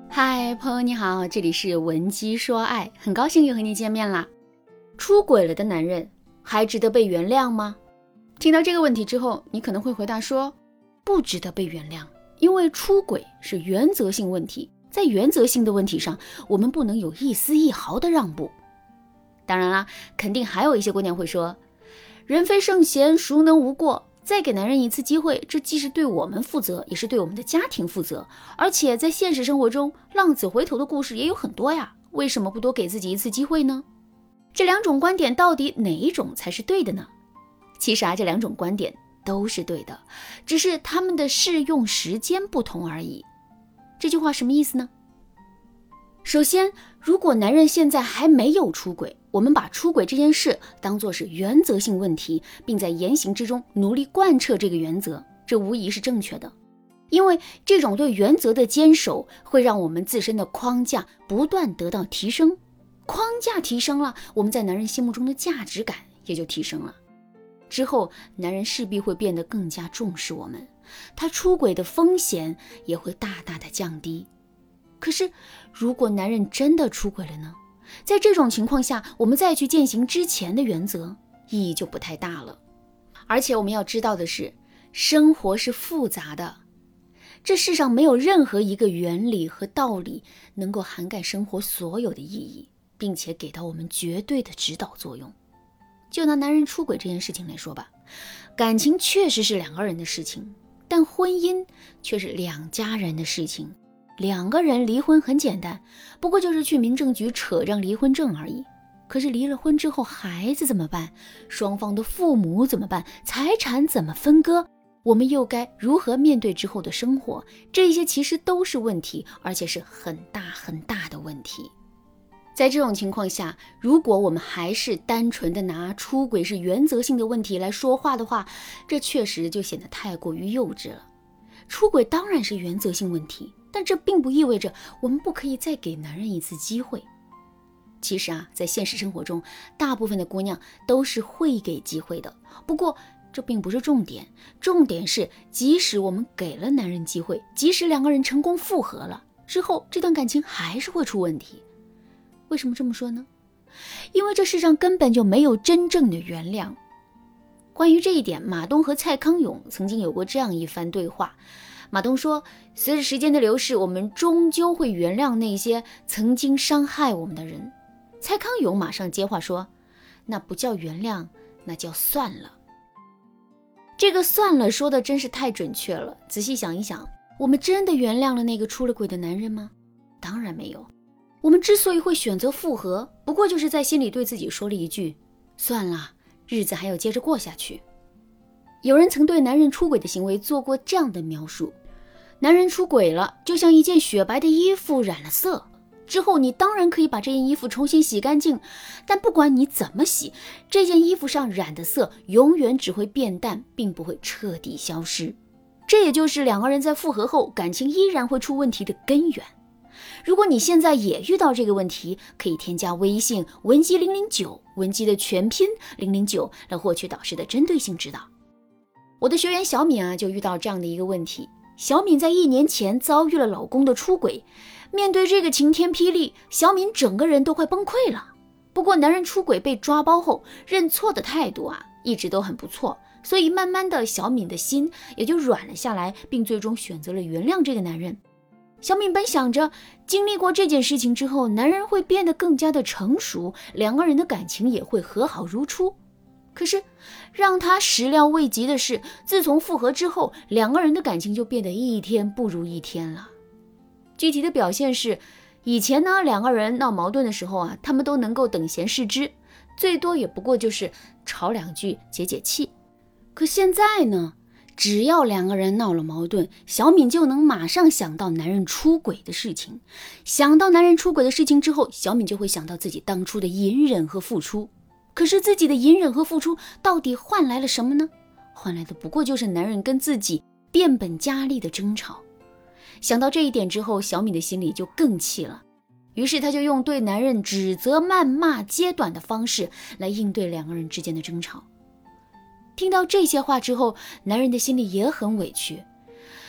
嗨，朋友你好，这里是文姬说爱，很高兴又和你见面啦。出轨了的男人还值得被原谅吗？听到这个问题之后，你可能会回答说，不值得被原谅，因为出轨是原则性问题，在原则性的问题上，我们不能有一丝一毫的让步。当然啦，肯定还有一些姑娘会说，人非圣贤，孰能无过？再给男人一次机会，这既是对我们负责，也是对我们的家庭负责。而且在现实生活中，浪子回头的故事也有很多呀，为什么不多给自己一次机会呢？这两种观点到底哪一种才是对的呢？其实这两种观点都是对的，只是他们的适用时间不同而已。这句话什么意思呢？首先，如果男人现在还没有出轨，我们把出轨这件事当作是原则性问题，并在言行之中努力贯彻这个原则，这无疑是正确的。因为这种对原则的坚守会让我们自身的框架不断得到提升，框架提升了，我们在男人心目中的价值感也就提升了。之后男人势必会变得更加重视我们，他出轨的风险也会大大的降低。可是如果男人真的出轨了呢？在这种情况下，我们再去践行之前的原则，意义就不太大了。而且我们要知道的是，生活是复杂的，这世上没有任何一个原理和道理能够涵盖生活所有的意义，并且给到我们绝对的指导作用。就拿男人出轨这件事情来说吧，感情确实是两个人的事情，但婚姻却是两家人的事情。两个人离婚很简单，不过就是去民政局扯张离婚证而已。可是离了婚之后，孩子怎么办？双方的父母怎么办？财产怎么分割？我们又该如何面对之后的生活？这些其实都是问题，而且是很大很大的问题。在这种情况下，如果我们还是单纯的拿出轨是原则性的问题来说话的话，这确实就显得太过于幼稚了。出轨当然是原则性问题，但这并不意味着我们不可以再给男人一次机会。其实在现实生活中，大部分的姑娘都是会给机会的，不过这并不是重点，重点是即使我们给了男人机会，即使两个人成功复合了之后，这段感情还是会出问题。为什么这么说呢？因为这世上根本就没有真正的原谅。关于这一点，马东和蔡康永曾经有过这样一番对话。马东说，随着时间的流逝，我们终究会原谅那些曾经伤害我们的人。蔡康永马上接话说，那不叫原谅，那叫算了。这个算了说的真是太准确了。仔细想一想，我们真的原谅了那个出了轨的男人吗？当然没有。我们之所以会选择复合，不过就是在心里对自己说了一句，算了，日子还要接着过下去。有人曾对男人出轨的行为做过这样的描述，男人出轨了，就像一件雪白的衣服染了色，之后你当然可以把这件衣服重新洗干净，但不管你怎么洗，这件衣服上染的色永远只会变淡，并不会彻底消失。这也就是两个人在复合后感情依然会出问题的根源。如果你现在也遇到这个问题，可以添加微信文姬009，文姬的全拼009，来获取导师的针对性指导。我的学员小敏就遇到这样的一个问题。小敏在1年前遭遇了老公的出轨，面对这个晴天霹雳，小敏整个人都快崩溃了。不过男人出轨被抓包后，认错的态度一直都很不错，所以慢慢的小敏的心也就软了下来，并最终选择了原谅这个男人。小敏本想着经历过这件事情之后，男人会变得更加的成熟，两个人的感情也会和好如初。可是让他始料未及的是，自从复合之后，两个人的感情就变得一天不如一天了。具体的表现是，以前呢，两个人闹矛盾的时候他们都能够等闲视之，最多也不过就是吵两句解解气。可现在呢，只要两个人闹了矛盾，小敏就能马上想到男人出轨的事情。想到男人出轨的事情之后，小敏就会想到自己当初的隐忍和付出。可是自己的隐忍和付出到底换来了什么呢？换来的不过就是男人跟自己变本加厉的争吵。想到这一点之后，小敏的心里就更气了。于是她就用对男人指责、谩骂、揭短的方式来应对两个人之间的争吵。听到这些话之后，男人的心里也很委屈。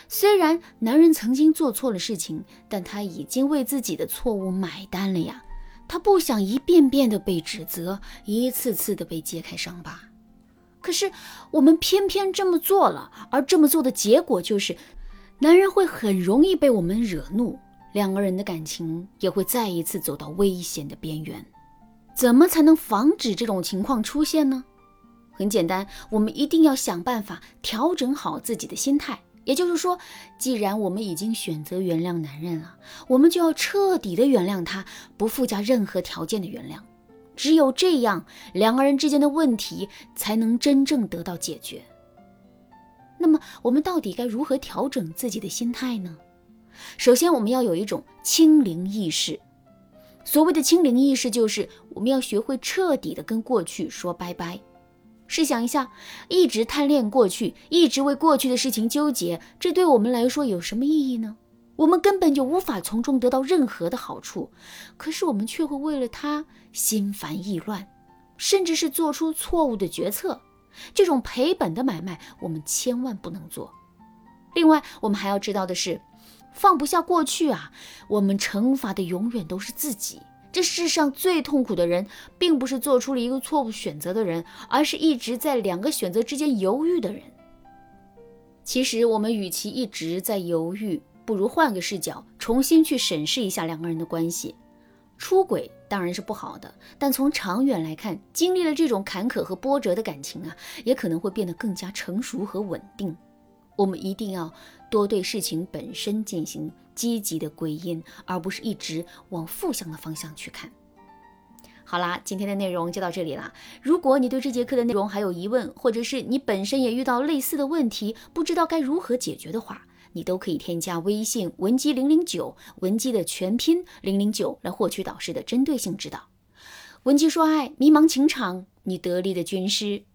虽然男人曾经做错了事情，但他已经为自己的错误买单了呀。他不想一遍遍的被指责，一次次的被揭开伤疤。可是我们偏偏这么做了，而这么做的结果就是，男人会很容易被我们惹怒，两个人的感情也会再一次走到危险的边缘。怎么才能防止这种情况出现呢？很简单，我们一定要想办法调整好自己的心态。也就是说，既然我们已经选择原谅男人了，我们就要彻底的原谅他，不附加任何条件的原谅。只有这样，两个人之间的问题才能真正得到解决。那么，我们到底该如何调整自己的心态呢？首先，我们要有一种清零意识。所谓的清零意识，就是我们要学会彻底的跟过去说拜拜。试想一下，一直贪恋过去，一直为过去的事情纠结，这对我们来说有什么意义呢？我们根本就无法从中得到任何的好处，可是我们却会为了它心烦意乱，甚至是做出错误的决策。这种赔本的买卖，我们千万不能做。另外，我们还要知道的是，放不下过去啊，我们惩罚的永远都是自己。这世上最痛苦的人，并不是做出了一个错误选择的人，而是一直在两个选择之间犹豫的人。其实我们与其一直在犹豫，不如换个视角，重新去审视一下两个人的关系。出轨当然是不好的，但从长远来看，经历了这种坎坷和波折的感情啊，也可能会变得更加成熟和稳定。我们一定要多对事情本身进行积极的归因，而不是一直往负向的方向去看。好啦，今天的内容就到这里啦。如果你对这节课的内容还有疑问，或者是你本身也遇到类似的问题，不知道该如何解决的话，你都可以添加微信文姬009，文姬的全拼009，来获取导师的针对性指导。文姬说爱，迷茫情场，你得力的军师。